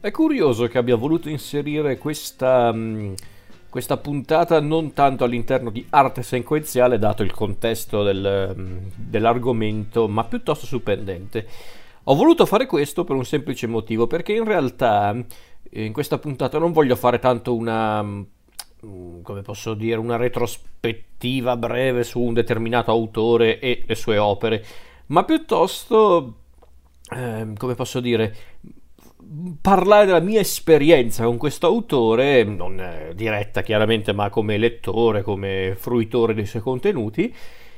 È curioso che abbia voluto inserire questa puntata non tanto all'interno di arte sequenziale, dato il contesto dell'argomento, ma piuttosto su pendente. Ho voluto fare questo per un semplice motivo, perché in realtà in questa puntata non voglio fare tanto come posso dire, una retrospettiva breve su un determinato autore e le sue opere, ma piuttosto, come posso dire, parlare della mia esperienza con questo autore, non diretta chiaramente, ma come lettore, come fruitore dei suoi contenuti,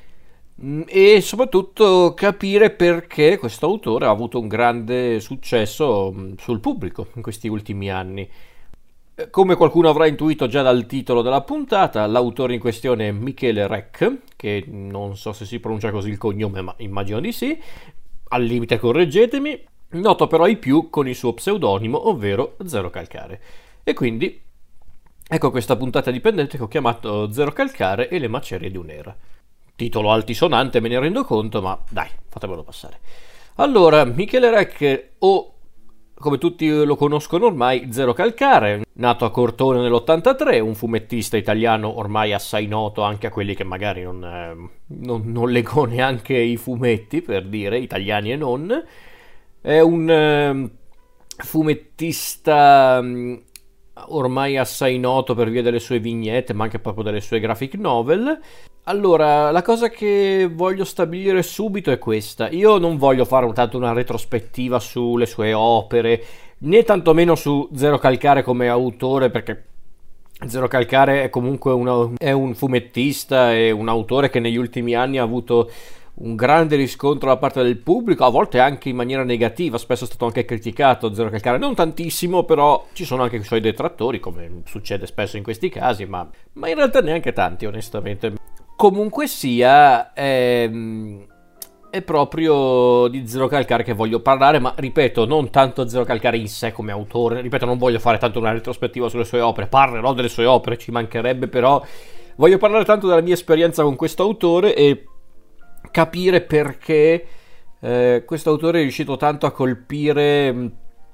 e soprattutto capire perché questo autore ha avuto un grande successo sul pubblico in questi ultimi anni. Come qualcuno avrà intuito già dal titolo della puntata, l'autore in questione è Michele Rec, che non so se si pronuncia così il cognome, ma immagino di sì, al limite correggetemi, noto però ai più con il suo pseudonimo, ovvero Zero Calcare. E quindi ecco questa puntata dipendente che ho chiamato Zero Calcare e le macerie di un'era. Titolo altisonante, me ne rendo conto, ma dai, fatemelo passare. Allora, Michele Rec, o come tutti lo conoscono ormai, Zero Calcare, nato a Cortona nell'83, un fumettista italiano ormai assai noto anche a quelli che magari non leggono neanche i fumetti, per dire, italiani e non. È un fumettista ormai assai noto per via delle sue vignette, ma anche proprio delle sue graphic novel. Allora, la cosa che voglio stabilire subito è questa. Io non voglio fare tanto una retrospettiva sulle sue opere, né tantomeno su Zero Calcare come autore, perché Zero Calcare è comunque è un fumettista e un autore che negli ultimi anni ha avuto un grande riscontro da parte del pubblico, a volte anche in maniera negativa, spesso è stato anche criticato Zero Calcare, non tantissimo, però ci sono anche i suoi detrattori, come succede spesso in questi casi, ma in realtà neanche tanti, onestamente. Comunque sia, è proprio di Zero Calcare che voglio parlare, ma ripeto, non tanto Zero Calcare in sé come autore, ripeto, non voglio fare tanto una retrospettiva sulle sue opere, parlerò delle sue opere, ci mancherebbe, però voglio parlare tanto della mia esperienza con questo autore e capire perché questo autore è riuscito tanto a colpire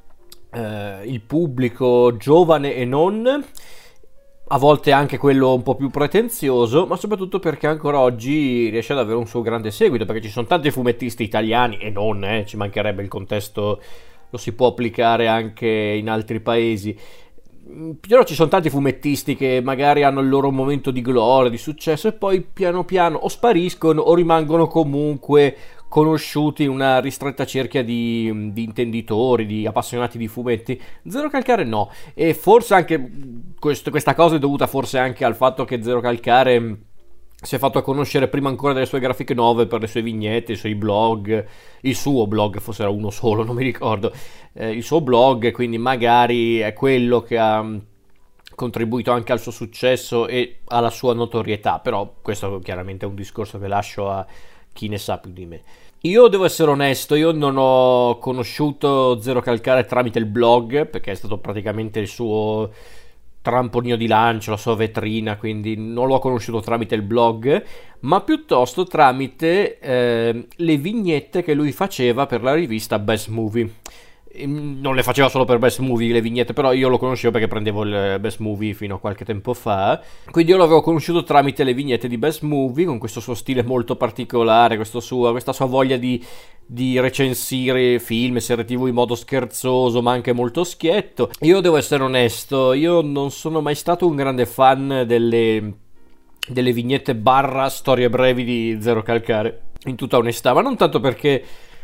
il pubblico giovane e non, a volte anche quello un po' più pretenzioso, ma soprattutto perché ancora oggi riesce ad avere un suo grande seguito, perché ci sono tanti fumettisti italiani e non, ci mancherebbe, il contesto lo si può applicare anche in altri paesi. Però ci sono tanti fumettisti che magari hanno il loro momento di gloria, di successo, e poi piano piano o spariscono o rimangono comunque conosciuti in una ristretta cerchia di intenditori, di appassionati di fumetti. Zero Calcare no, e forse anche questa cosa è dovuta forse anche al fatto che Zero Calcare si è fatto conoscere prima ancora delle sue graphic novel per le sue vignette, i suoi blog, il suo blog, forse era uno solo, non mi ricordo, il suo blog, quindi magari è quello che ha contribuito anche al suo successo e alla sua notorietà, però questo chiaramente è un discorso che lascio a chi ne sa più di me. Io devo essere onesto, io non ho conosciuto Zero Calcare tramite il blog, perché è stato praticamente il suo trampolino di lancio, la sua vetrina, quindi non l'ho conosciuto tramite il blog, ma piuttosto tramite le vignette che lui faceva per la rivista Best Movie. Non le faceva solo per Best Movie le vignette, però io lo conoscevo perché prendevo il Best Movie fino a qualche tempo fa, quindi io l'avevo conosciuto tramite le vignette di Best Movie, con questo suo stile molto particolare, questa sua voglia di recensire film e serie TV in modo scherzoso ma anche molto schietto. Io devo essere onesto, io non sono mai stato un grande fan delle vignette barra storie brevi di Zero Calcare, in tutta onestà, ma non tanto perché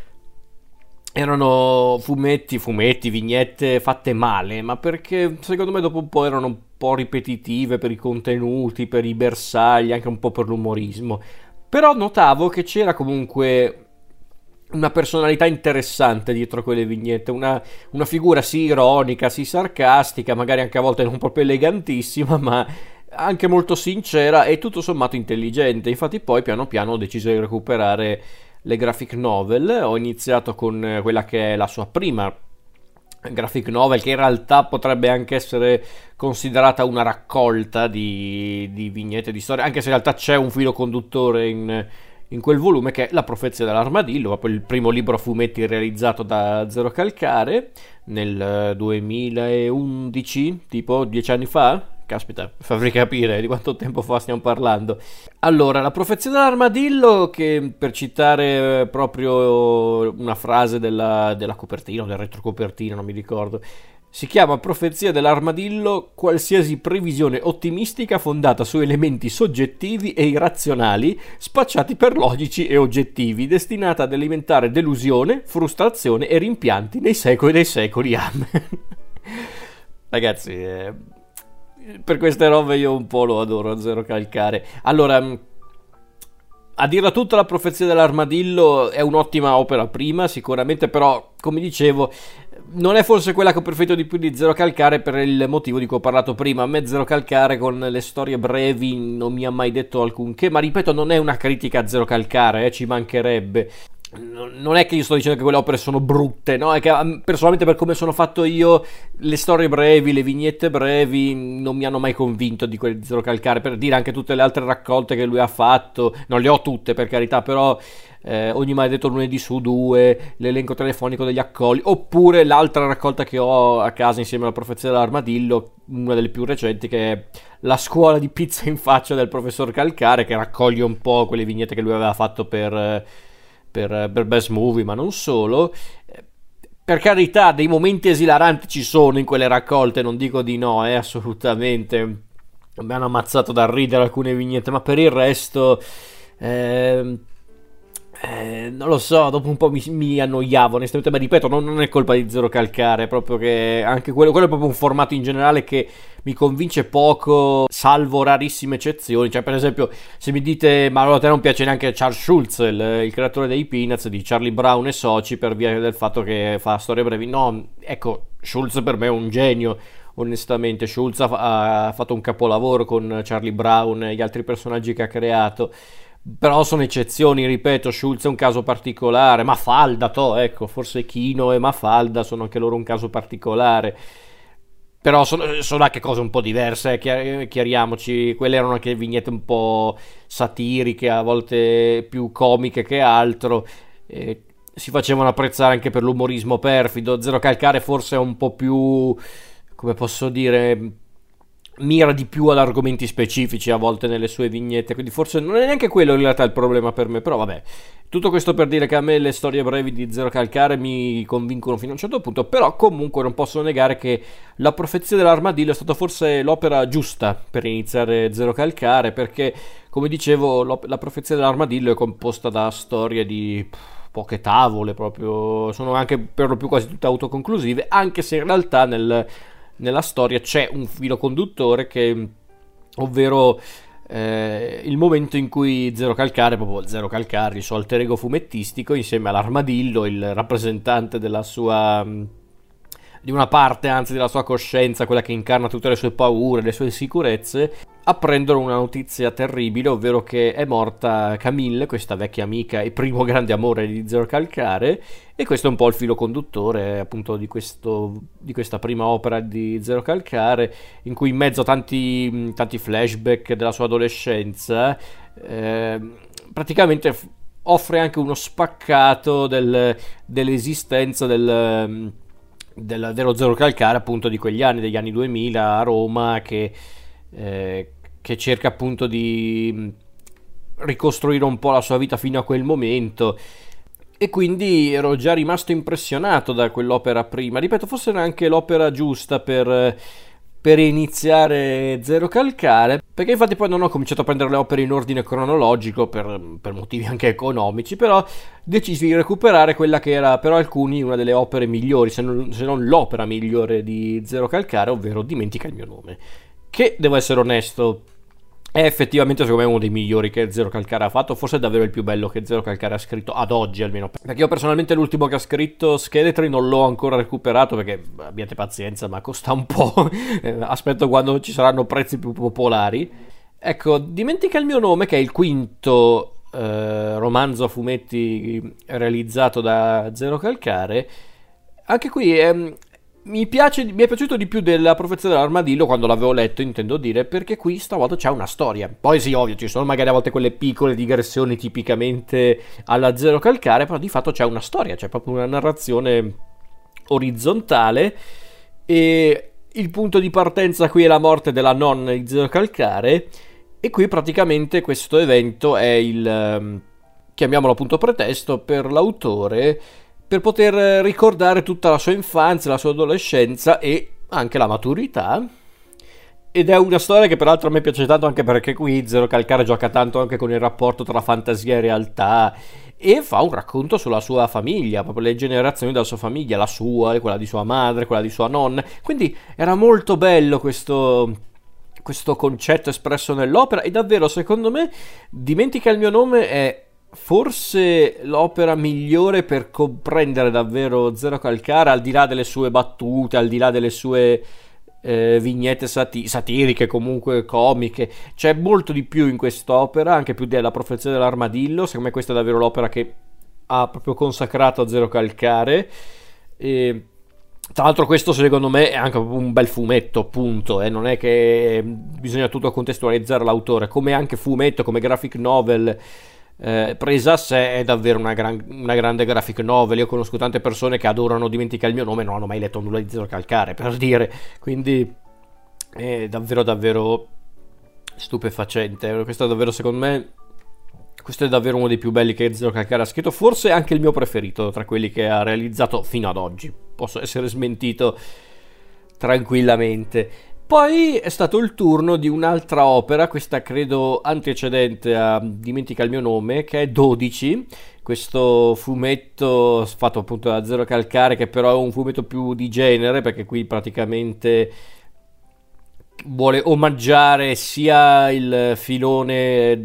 erano fumetti, vignette fatte male, ma perché secondo me dopo un po' erano un po' ripetitive per i contenuti, per i bersagli, anche un po' per l'umorismo. Però notavo che c'era comunque una personalità interessante dietro quelle vignette, una figura sì ironica, sì sarcastica, magari anche a volte non proprio elegantissima, ma anche molto sincera e tutto sommato intelligente. Infatti poi piano piano ho deciso di recuperare le graphic novel. Ho iniziato con quella che è la sua prima graphic novel, che in realtà potrebbe anche essere considerata una raccolta di vignette di storie, anche se in realtà c'è un filo conduttore in quel volume, che è La profezia dell'armadillo, proprio il primo libro a fumetti realizzato da Zero Calcare nel 2011, tipo 10 anni fa. Caspita, fammi capire di quanto tempo fa stiamo parlando. Allora, La profezia dell'armadillo, che per citare proprio una frase della copertina o del retrocopertina, non mi ricordo, si chiama Profezia dell'armadillo qualsiasi previsione ottimistica fondata su elementi soggettivi e irrazionali, spacciati per logici e oggettivi, destinata ad alimentare delusione, frustrazione e rimpianti nei secoli dei secoli. Amen. Ragazzi, per queste robe io un po' lo adoro, Zero Calcare. Allora, a dirla tutta, La profezia dell'armadillo è un'ottima opera prima, sicuramente, però, come dicevo, non è forse quella che ho preferito di più di Zero Calcare per il motivo di cui ho parlato prima. A me Zero Calcare con le storie brevi non mi ha mai detto alcunché, ma ripeto, non è una critica a Zero Calcare, ci mancherebbe. Non è che io sto dicendo che quelle opere sono brutte, no? È che personalmente, per come sono fatto io, le storie brevi, le vignette brevi non mi hanno mai convinto di quelle di Zero Calcare. Per dire, anche tutte le altre raccolte che lui ha fatto, non le ho tutte per carità, però ogni maledetto lunedì su due, l'elenco telefonico degli accogli, oppure l'altra raccolta che ho a casa insieme alla profezia dell'armadillo, una delle più recenti, che è La scuola di pizza in faccia del professor Calcare, che raccoglie un po' quelle vignette che lui aveva fatto per Best Movie, ma non solo. Per carità, dei momenti esilaranti ci sono in quelle raccolte, non dico di no, assolutamente. Mi hanno ammazzato da ridere alcune vignette, ma per il resto non lo so, dopo un po' mi annoiavo onestamente, ma ripeto, non è colpa di Zero Calcare, è proprio che anche quello è proprio un formato in generale che mi convince poco, salvo rarissime eccezioni. Cioè, per esempio, se mi dite ma allora a te non piace neanche Charles Schulz, il creatore dei Peanuts, di Charlie Brown e Soci, per via del fatto che fa storie brevi, no, ecco, Schulz per me è un genio. Onestamente, Schulz ha fatto un capolavoro con Charlie Brown e gli altri personaggi che ha creato. Però sono eccezioni, ripeto, Schulz è un caso particolare, Mafalda, ecco, forse Kino e Mafalda sono anche loro un caso particolare. Però sono anche cose un po' diverse, chiariamoci, quelle erano anche vignette un po' satiriche, a volte più comiche che altro, si facevano apprezzare anche per l'umorismo perfido. Zero Calcare forse è un po' più, come posso dire, mira di più ad argomenti specifici a volte nelle sue vignette, quindi forse non è neanche quello in realtà il problema per me. Però vabbè, tutto questo per dire che a me le storie brevi di Zero Calcare mi convincono fino a un certo punto. Però comunque non posso negare che La profezia dell'armadillo è stata forse l'opera giusta per iniziare Zero Calcare, perché come dicevo La profezia dell'armadillo è composta da storie di poche tavole, proprio sono anche per lo più quasi tutte autoconclusive, anche se in realtà nella storia c'è un filo conduttore, ovvero il momento in cui Zero Calcare, proprio Zero Calcare, il suo alter ego fumettistico, insieme all'armadillo, il rappresentante della sua, di una parte anzi della sua coscienza, quella che incarna tutte le sue paure, le sue insicurezze, apprendono una notizia terribile, ovvero che è morta Camille, questa vecchia amica e primo grande amore di Zero Calcare. E questo è un po' il filo conduttore appunto di questa prima opera di Zero Calcare, in cui in mezzo a tanti flashback della sua adolescenza praticamente offre anche uno spaccato dell'esistenza dello Zero Calcare, appunto di quegli anni, degli anni 2000 a Roma, che cerca appunto di ricostruire un po' la sua vita fino a quel momento. E quindi ero già rimasto impressionato da quell'opera prima. Ripeto, forse era anche l'opera giusta per iniziare Zero Calcare, perché infatti poi non ho cominciato a prendere le opere in ordine cronologico per motivi anche economici, però decisi di recuperare quella che era per alcuni una delle opere migliori, se non l'opera migliore di Zero Calcare, ovvero Dimentica il mio nome, che, devo essere onesto, è effettivamente secondo me uno dei migliori che Zero Calcare ha fatto, forse è davvero il più bello che Zero Calcare ha scritto ad oggi almeno, perché io personalmente l'ultimo che ha scritto, Scheletri, non l'ho ancora recuperato perché abbiate pazienza, ma costa un po', aspetto quando ci saranno prezzi più popolari. Ecco, Dimentica il mio nome, che è il quinto romanzo a fumetti realizzato da Zero Calcare, anche qui mi è piaciuto di più della Profezia dell'Armadillo quando l'avevo letto, intendo dire, perché qui stavolta c'è una storia. Poi sì, ovvio, ci sono magari a volte quelle piccole digressioni tipicamente alla Zero Calcare, però di fatto c'è una storia, c'è proprio una narrazione orizzontale e il punto di partenza qui è la morte della nonna di Zero Calcare e qui praticamente questo evento è chiamiamolo appunto pretesto per l'autore per poter ricordare tutta la sua infanzia, la sua adolescenza e anche la maturità. Ed è una storia che peraltro a me piace tanto anche perché qui Zero Calcare gioca tanto anche con il rapporto tra fantasia e realtà e fa un racconto sulla sua famiglia, proprio le generazioni della sua famiglia, la sua, quella di sua madre, quella di sua nonna. Quindi era molto bello questo concetto espresso nell'opera e davvero secondo me Dimentica il mio nome è forse l'opera migliore per comprendere davvero Zero Calcare, al di là delle sue battute, al di là delle sue vignette satiriche, comunque comiche. C'è molto di più in quest'opera, anche più della Profezia dell'Armadillo. Secondo me questa è davvero l'opera che ha proprio consacrato Zero Calcare. E tra l'altro questo secondo me è anche un bel fumetto, appunto, non è che bisogna tutto contestualizzare l'autore, come anche fumetto, come graphic novel presa a sé è davvero una grande graphic novel. Io conosco tante persone che adorano Dimentica il mio nome e non hanno mai letto nulla di Zero Calcare, per dire, quindi è davvero davvero stupefacente. Questo è davvero, secondo me, questo è davvero uno dei più belli che Zero Calcare ha scritto, forse anche il mio preferito tra quelli che ha realizzato fino ad oggi. Posso essere smentito tranquillamente. Poi è stato il turno di un'altra opera, questa credo antecedente a Dimentica il mio nome, che è 12, questo fumetto fatto appunto da Zero Calcare, che però è un fumetto più di genere, perché qui praticamente vuole omaggiare sia il filone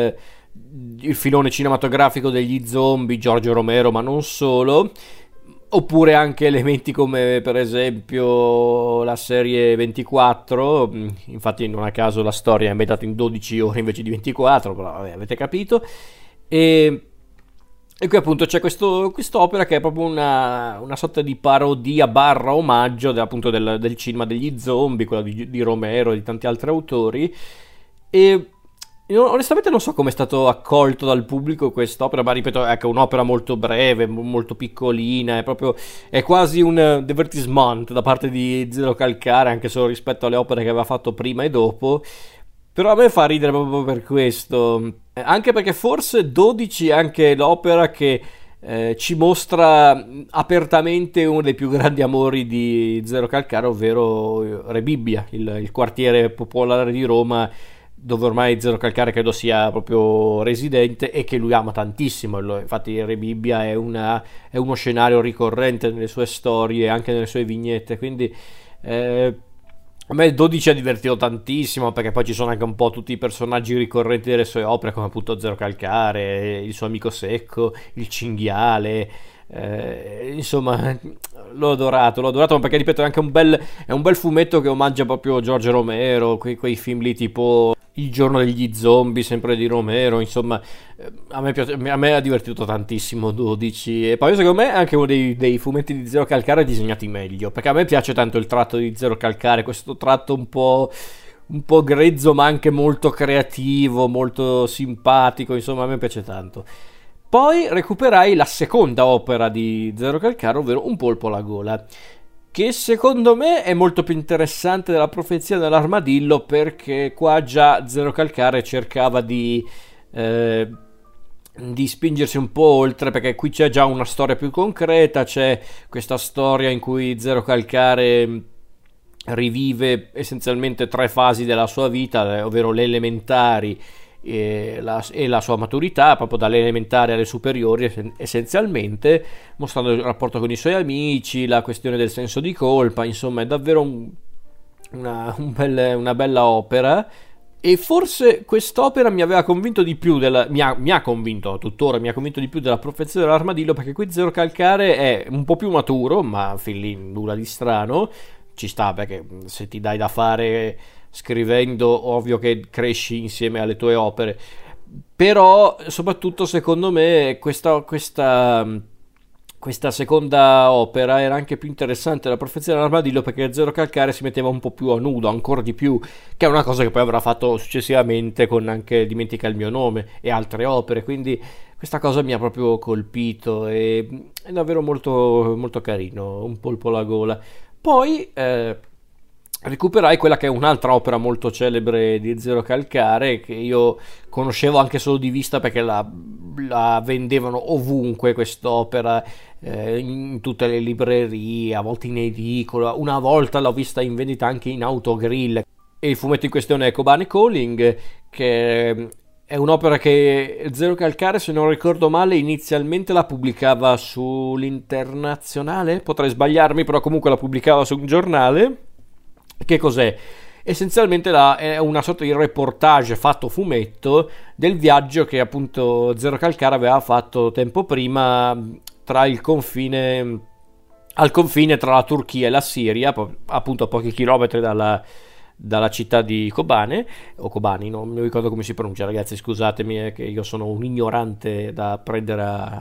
cinematografico degli zombie, Giorgio Romero, ma non solo, oppure anche elementi come per esempio la serie 24. Infatti non a caso la storia è ambientata in 12 ore invece di 24, però vabbè, avete capito. E qui appunto c'è quest'opera che è proprio una sorta di parodia barra omaggio appunto del cinema degli zombie, quello di Romero e di tanti altri autori. E io onestamente non so come è stato accolto dal pubblico quest'opera, ma ripeto, è anche un'opera molto breve, molto piccolina, è quasi un divertissement da parte di Zero Calcare, anche solo rispetto alle opere che aveva fatto prima e dopo. Però a me fa ridere proprio per questo, anche perché forse 12 è anche l'opera che ci mostra apertamente uno dei più grandi amori di Zero Calcare, ovvero Rebibbia, il quartiere popolare di Roma, dove ormai Zero Calcare credo sia proprio residente e che lui ama tantissimo. Infatti Rebibbia è uno scenario ricorrente nelle sue storie, anche nelle sue vignette, quindi a me 12 ha divertito tantissimo, perché poi ci sono anche un po' tutti i personaggi ricorrenti delle sue opere, come appunto Zero Calcare, il suo amico secco, il cinghiale. Insomma, l'ho adorato, ma perché ripeto è anche è un bel fumetto che omaggia proprio Giorgio Romero, quei film lì tipo Il giorno degli zombie, sempre di Romero. Insomma, a me ha divertito tantissimo 12, e poi secondo me è anche uno dei fumetti di Zero Calcare disegnati meglio, perché a me piace tanto il tratto di Zero Calcare, questo tratto un po' grezzo ma anche molto creativo, molto simpatico. Insomma, a me piace tanto. Poi recuperai la seconda opera di Zero Calcare, ovvero Un polpo alla gola, che secondo me è molto più interessante della Profezia dell'Armadillo, perché qua già Zero Calcare cercava di spingersi un po' oltre, perché qui c'è già una storia più concreta, c'è questa storia in cui Zero Calcare rivive essenzialmente 3 fasi della sua vita, ovvero le elementari e la sua maturità, proprio dalle elementari alle superiori essenzialmente, mostrando il rapporto con i suoi amici, la questione del senso di colpa. Insomma, è davvero una bella opera, e forse quest'opera mi aveva convinto di più mi ha convinto, tuttora mi ha convinto di più della Profezia dell'Armadillo, perché qui Zero Calcare è un po' più maturo, ma fin lì nulla di strano, ci sta, perché se ti dai da fare scrivendo, ovvio che cresci insieme alle tue opere. Però soprattutto secondo me questa questa seconda opera era anche più interessante della Profezia dell'Armadillo, perché Zero Calcare si metteva un po' più a nudo, ancora di più, che è una cosa che poi avrà fatto successivamente con anche Dimentica il mio nome e altre opere, quindi questa cosa mi ha proprio colpito e è davvero molto, molto carino, un polpo alla gola. Poi recuperai quella che è un'altra opera molto celebre di Zero Calcare, che io conoscevo anche solo di vista perché la vendevano ovunque quest'opera, in tutte le librerie, a volte in edicola. Una volta l'ho vista in vendita anche in Autogrill. E il fumetto in questione è Kobane Calling, che è un'opera che Zero Calcare, se non ricordo male, inizialmente la pubblicava sull'Internazionale, potrei sbagliarmi, però comunque la pubblicava su un giornale. Che cos'è? Essenzialmente è una sorta di reportage fatto fumetto del viaggio che appunto Zero Calcare aveva fatto tempo prima tra il confine, al confine tra la Turchia e la Siria, appunto a pochi chilometri dalla città di Kobane, o Kobani, non mi ricordo come si pronuncia, ragazzi, scusatemi, che io sono un ignorante da prendere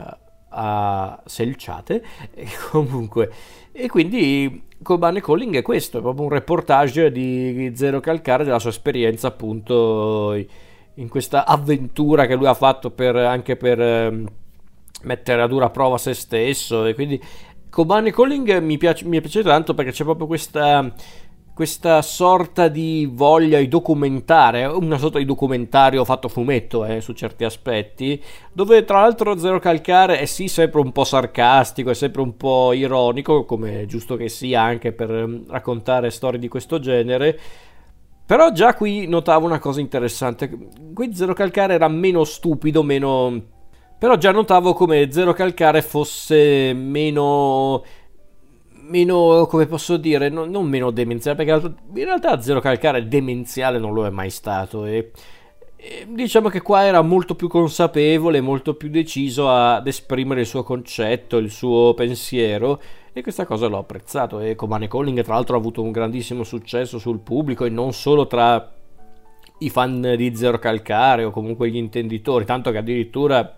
a selciate, e comunque, e quindi Kobane Calling è questo, è proprio un reportage di Zero Calcare della sua esperienza appunto in questa avventura che lui ha fatto anche per mettere a dura prova se stesso. E quindi Kobane Calling mi è piaciuto tanto perché c'è proprio questa sorta di voglia di documentare, una sorta di documentario fatto fumetto su certi aspetti, dove tra l'altro Zero Calcare è sì sempre un po' sarcastico, è sempre un po' ironico, come è giusto che sia anche per raccontare storie di questo genere, però già qui notavo una cosa interessante. Qui Zero Calcare era meno stupido, meno... però già notavo come Zero Calcare fosse meno, come posso dire, non meno demenziale, perché in realtà Zero Calcare demenziale non lo è mai stato, e diciamo che qua era molto più consapevole, molto più deciso ad esprimere il suo concetto, il suo pensiero, e questa cosa l'ho apprezzato. E Kobane Calling tra l'altro ha avuto un grandissimo successo sul pubblico, e non solo tra i fan di Zero Calcare o comunque gli intenditori, tanto che addirittura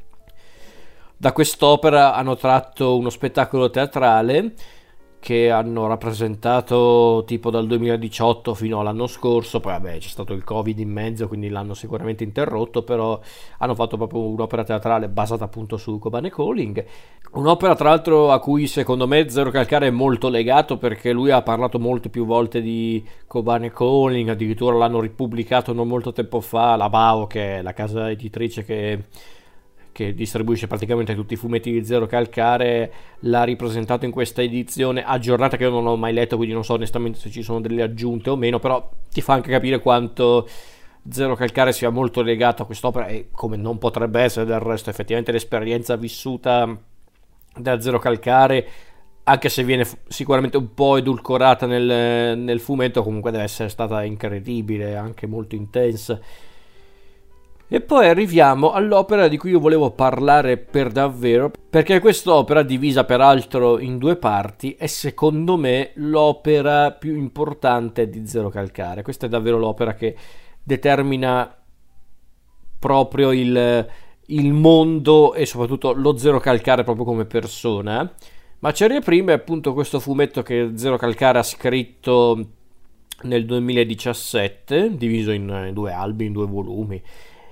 da quest'opera hanno tratto uno spettacolo teatrale che hanno rappresentato tipo dal 2018 fino all'anno scorso. Poi vabbè, c'è stato il Covid in mezzo, quindi l'hanno sicuramente interrotto, però hanno fatto proprio un'opera teatrale basata appunto su Kobane Calling, un'opera tra l'altro a cui secondo me Zero Calcare è molto legato, perché lui ha parlato molte più volte di Kobane Calling, addirittura l'hanno ripubblicato non molto tempo fa la Bao, che è la casa editrice che distribuisce praticamente tutti i fumetti di Zero Calcare, l'ha ripresentato in questa edizione aggiornata che io non ho mai letto, quindi non so onestamente se ci sono delle aggiunte o meno, però ti fa anche capire quanto Zero Calcare sia molto legato a quest'opera, e come non potrebbe essere del resto. Effettivamente l'esperienza vissuta da Zero Calcare, anche se viene sicuramente un po' edulcorata nel fumetto, comunque deve essere stata incredibile, anche molto intensa. E poi arriviamo all'opera di cui io volevo parlare per davvero, perché quest'opera, divisa peraltro in due parti, è secondo me l'opera più importante di Zero Calcare. Questa è davvero l'opera che determina proprio il mondo e soprattutto lo Zero Calcare proprio come persona. Materie prime è appunto questo fumetto che Zero Calcare ha scritto nel 2017, diviso in due albi, in due volumi.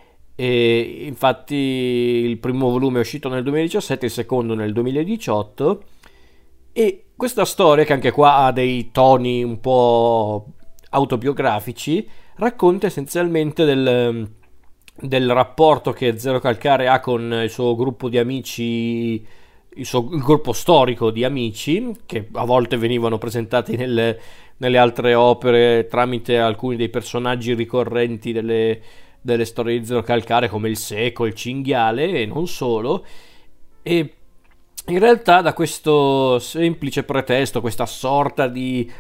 E infatti il primo volume è uscito nel 2017, il secondo nel 2018, e questa storia, che anche qua ha dei toni un po' autobiografici, racconta essenzialmente del rapporto che Zero Calcare ha con il suo gruppo di amici, il gruppo storico di amici, che a volte venivano presentati nelle altre opere tramite alcuni dei personaggi ricorrenti delle storie di Zero Calcare, come il Seco, il Cinghiale e non solo. E in realtà da questo semplice pretesto, questa sorta di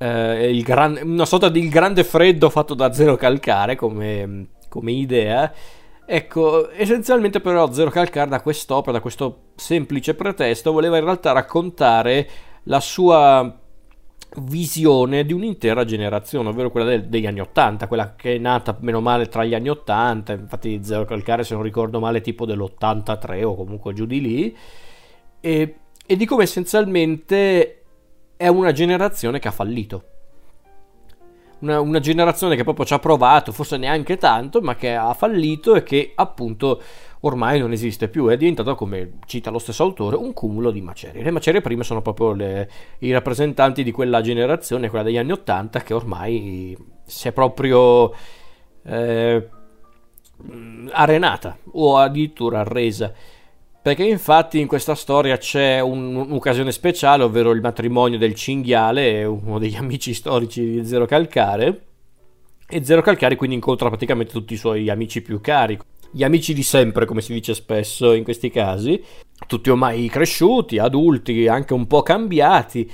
una sorta di il grande freddo fatto da Zero Calcare come idea, ecco, essenzialmente però Zero Calcare da quest'opera, da questo semplice pretesto, voleva in realtà raccontare la sua visione di un'intera generazione, ovvero quella degli anni 80, quella che è nata meno male tra gli anni 80, infatti Zero Calcare, se non ricordo male, tipo dell'83 o comunque giù di lì, e e di come essenzialmente è una generazione che ha fallito. Una generazione che proprio ci ha provato, forse neanche tanto, ma che ha fallito e che appunto ormai non esiste più. È diventato, come cita lo stesso autore, un cumulo di macerie. Le macerie prime sono proprio i rappresentanti di quella generazione, quella degli anni '80, che ormai si è proprio arenata o addirittura arresa. Perché infatti in questa storia c'è un'occasione speciale, ovvero il matrimonio del cinghiale, uno degli amici storici di Zero Calcare, e Zero Calcare quindi incontra praticamente tutti i suoi amici più cari, gli amici di sempre, come si dice spesso in questi casi, tutti ormai cresciuti, adulti, anche un po' cambiati,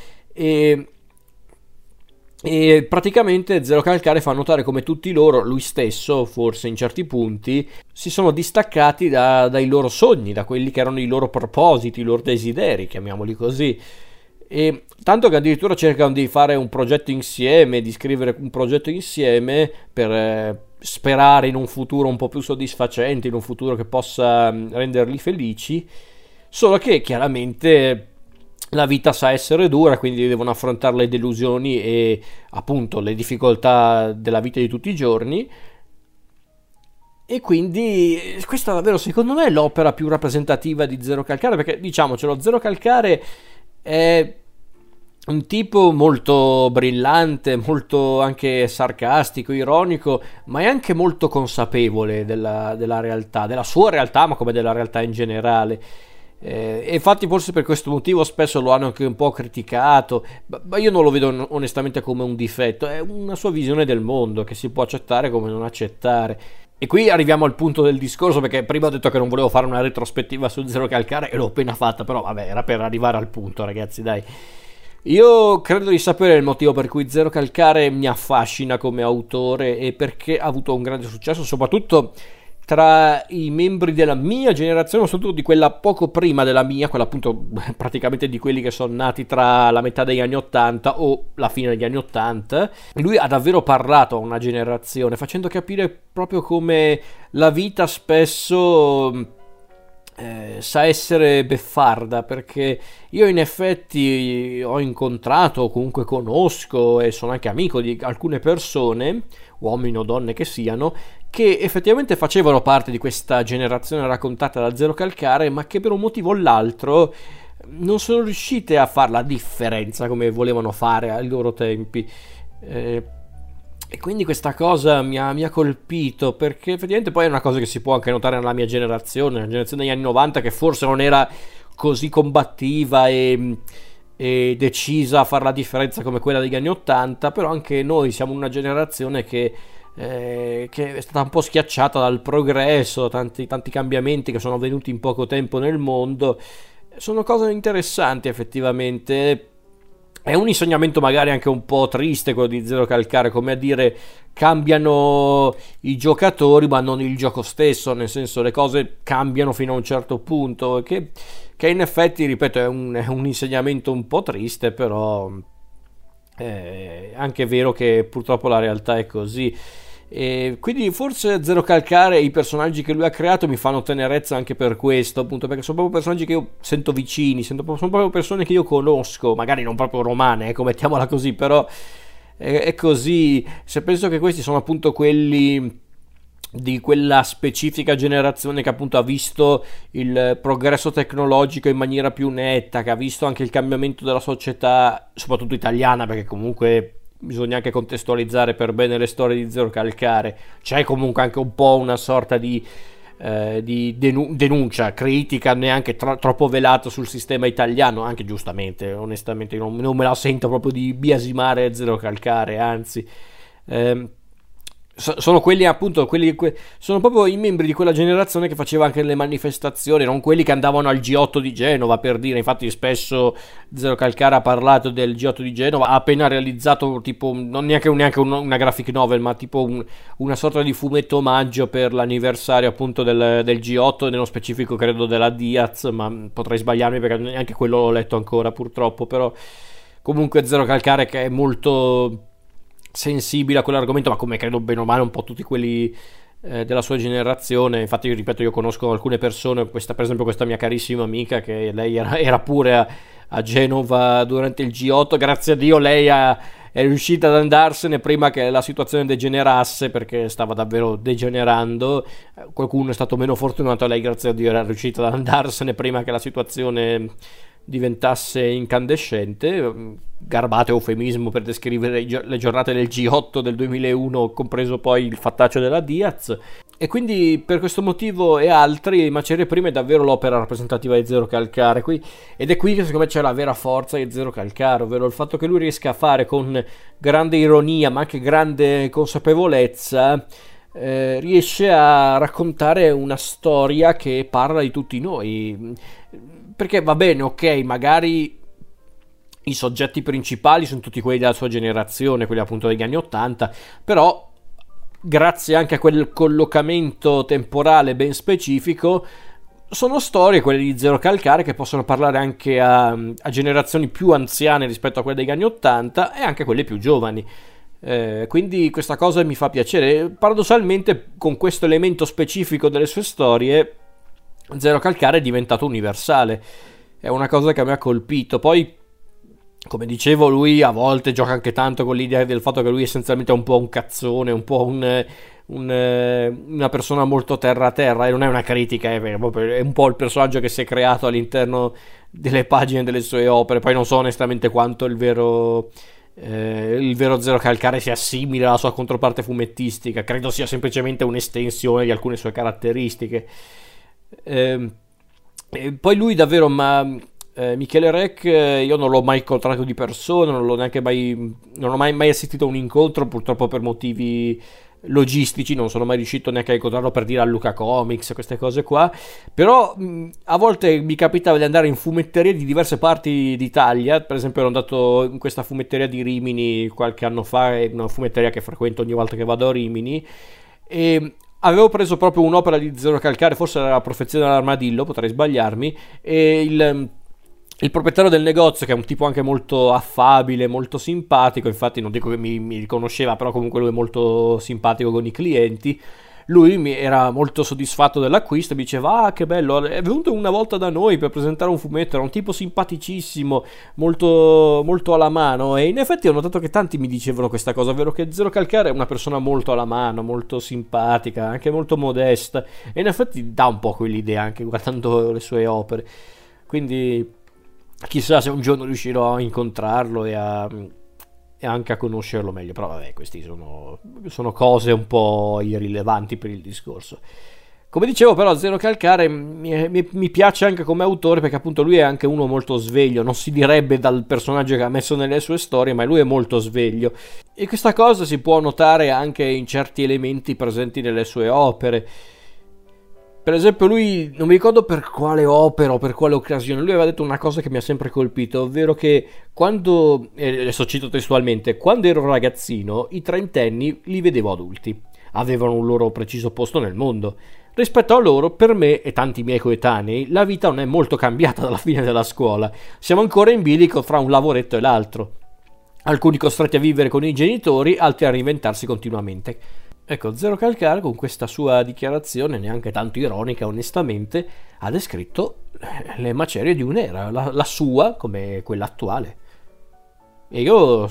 e praticamente Zero Calcare fa notare come tutti loro, lui stesso forse in certi punti, si sono distaccati dai loro sogni, da quelli che erano i loro propositi, i loro desideri, chiamiamoli così, e tanto che addirittura cercano di fare un progetto insieme, di scrivere un progetto insieme per sperare in un futuro un po' più soddisfacente, in un futuro che possa renderli felici, solo che chiaramente la vita sa essere dura, quindi devono affrontare le delusioni e appunto le difficoltà della vita di tutti i giorni. E quindi questa davvero secondo me è l'opera più rappresentativa di Zero Calcare, perché diciamocelo, Zero Calcare è un tipo molto brillante, molto anche sarcastico, ironico, ma è anche molto consapevole della realtà, della sua realtà, ma come della realtà in generale. E infatti forse per questo motivo spesso lo hanno anche un po' criticato, ma io non lo vedo onestamente come un difetto, è una sua visione del mondo che si può accettare come non accettare. E qui arriviamo al punto del discorso, perché prima ho detto che non volevo fare una retrospettiva su Zero Calcare e l'ho appena fatta, però vabbè, era per arrivare al punto, ragazzi, dai. Io credo di sapere il motivo per cui Zero Calcare mi affascina come autore e perché ha avuto un grande successo, soprattutto tra i membri della mia generazione, soprattutto di quella poco prima della mia, quella appunto praticamente di quelli che sono nati tra la metà degli anni '80 o la fine degli anni '80. Lui ha davvero parlato a una generazione, facendo capire proprio come la vita spesso sa essere beffarda, perché io in effetti ho incontrato o comunque conosco e sono anche amico di alcune persone, uomini o donne che siano, che effettivamente facevano parte di questa generazione raccontata da Zero Calcare, ma che per un motivo o l'altro non sono riuscite a fare la differenza come volevano fare ai loro tempi. E quindi questa cosa mi ha colpito, perché effettivamente poi è una cosa che si può anche notare nella mia generazione, la generazione degli anni '90, che forse non era così combattiva e decisa a fare la differenza come quella degli anni '80, però anche noi siamo una generazione che è stata un po' schiacciata dal progresso, tanti cambiamenti che sono avvenuti in poco tempo nel mondo. Sono cose interessanti effettivamente. È un insegnamento magari anche un po' triste quello di Zero Calcare, come a dire cambiano i giocatori ma non il gioco stesso, nel senso le cose cambiano fino a un certo punto, che in effetti, ripeto, è un insegnamento un po' triste, però è anche vero che purtroppo la realtà è così. E quindi forse Zero Calcare e i personaggi che lui ha creato mi fanno tenerezza anche per questo, appunto, perché sono proprio personaggi che io sento vicini, sono proprio persone che io conosco, magari non proprio romane, ecco, mettiamola così, però è così. Se penso che questi sono appunto quelli di quella specifica generazione che appunto ha visto il progresso tecnologico in maniera più netta, che ha visto anche il cambiamento della società, soprattutto italiana, perché comunque bisogna anche contestualizzare per bene le storie di Zero Calcare. C'è comunque anche un po' una sorta di denuncia, critica neanche troppo velata sul sistema italiano, anche giustamente, onestamente non me la sento proprio di biasimare Zero Calcare, anzi sono quelli appunto, sono proprio i membri di quella generazione che faceva anche le manifestazioni, non quelli che andavano al G8 di Genova, per dire. Infatti spesso Zero Calcare ha parlato del G8 di Genova, ha appena realizzato tipo non neanche una graphic novel, ma tipo una sorta di fumetto omaggio per l'anniversario appunto del G8, nello specifico credo della Diaz, ma potrei sbagliarmi perché neanche quello l'ho letto ancora purtroppo. Però comunque Zero Calcare, che è molto sensibile a quell'argomento, ma come credo bene o male un po' tutti quelli della sua generazione. Infatti, io ripeto, io conosco alcune persone, per esempio questa mia carissima amica, che lei era pure a Genova durante il G8, grazie a Dio lei è riuscita ad andarsene prima che la situazione degenerasse, perché stava davvero degenerando. Qualcuno è stato meno fortunato, lei grazie a Dio era riuscita ad andarsene prima che la situazione diventasse incandescente. Garbato eufemismo per descrivere le giornate del G8 del 2001, compreso poi il fattaccio della Diaz. E quindi per questo motivo e altri Macerie Prime è davvero l'opera rappresentativa di Zero Calcare ed è qui che secondo me c'è la vera forza di Zero Calcare, ovvero il fatto che lui riesca a fare con grande ironia ma anche grande consapevolezza, riesce a raccontare una storia che parla di tutti noi. Perché va bene, ok, magari i soggetti principali sono tutti quelli della sua generazione, quelli appunto degli anni 80, però grazie anche a quel collocamento temporale ben specifico sono storie, quelle di Zero Calcare, che possono parlare anche a generazioni più anziane rispetto a quelle degli anni 80 e anche a quelle più giovani. Quindi questa cosa mi fa piacere. Paradossalmente, con questo elemento specifico delle sue storie, Zero Calcare è diventato universale. È una cosa che a me ha colpito. Poi, come dicevo, lui a volte gioca anche tanto con l'idea del fatto che lui essenzialmente è un po' un cazzone, un po' una persona molto terra a terra, e non è una critica, è un po' il personaggio che si è creato all'interno delle pagine delle sue opere. Poi non so onestamente quanto il vero Zero Calcare sia simile alla sua controparte fumettistica. Credo sia semplicemente un'estensione di alcune sue caratteristiche. Poi lui davvero, Michele Rec, io non l'ho mai incontrato di persona, non ho mai assistito a un incontro, purtroppo per motivi logistici non sono mai riuscito neanche a incontrarlo per dire a Luca Comics, queste cose qua. Però a volte mi capitava di andare in fumetterie di diverse parti d'Italia. Per esempio ero andato in questa fumetteria di Rimini qualche anno fa, è una fumetteria che frequento ogni volta che vado a Rimini, e avevo preso proprio un'opera di Zero Calcare, forse era La profezione dell'armadillo, potrei sbagliarmi, e il proprietario del negozio, che è un tipo anche molto affabile, molto simpatico, infatti non dico che mi riconosceva, però comunque lui è molto simpatico con i clienti, lui mi era molto soddisfatto dell'acquisto e mi diceva: ah, che bello, è venuto una volta da noi per presentare un fumetto, era un tipo simpaticissimo, molto, molto alla mano. E in effetti ho notato che tanti mi dicevano questa cosa, ovvero che Zero Calcare è una persona molto alla mano, molto simpatica, anche molto modesta, e in effetti dà un po' quell'idea anche guardando le sue opere. Quindi chissà se un giorno riuscirò a incontrarlo e anche a conoscerlo meglio. Però vabbè, questi sono cose un po' irrilevanti per il discorso. Come dicevo, però, Zero Calcare mi piace anche come autore, perché appunto lui è anche uno molto sveglio. Non si direbbe dal personaggio che ha messo nelle sue storie, ma lui è molto sveglio, e questa cosa si può notare anche in certi elementi presenti nelle sue opere. Per esempio, lui, non mi ricordo per quale opera o per quale occasione, lui aveva detto una cosa che mi ha sempre colpito, ovvero che quando, adesso cito testualmente, quando ero ragazzino i trentenni li vedevo adulti, avevano un loro preciso posto nel mondo. Rispetto a loro, per me e tanti miei coetanei, la vita non è molto cambiata dalla fine della scuola, siamo ancora in bilico fra un lavoretto e l'altro, alcuni costretti a vivere con i genitori, altri a reinventarsi continuamente. Ecco, Zero Calcare con questa sua dichiarazione, neanche tanto ironica onestamente, ha descritto le macerie di un'era, la sua come quella attuale. E io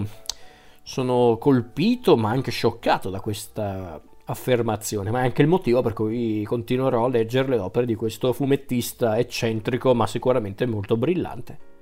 sono colpito ma anche scioccato da questa affermazione, ma è anche il motivo per cui continuerò a leggere le opere di questo fumettista eccentrico ma sicuramente molto brillante.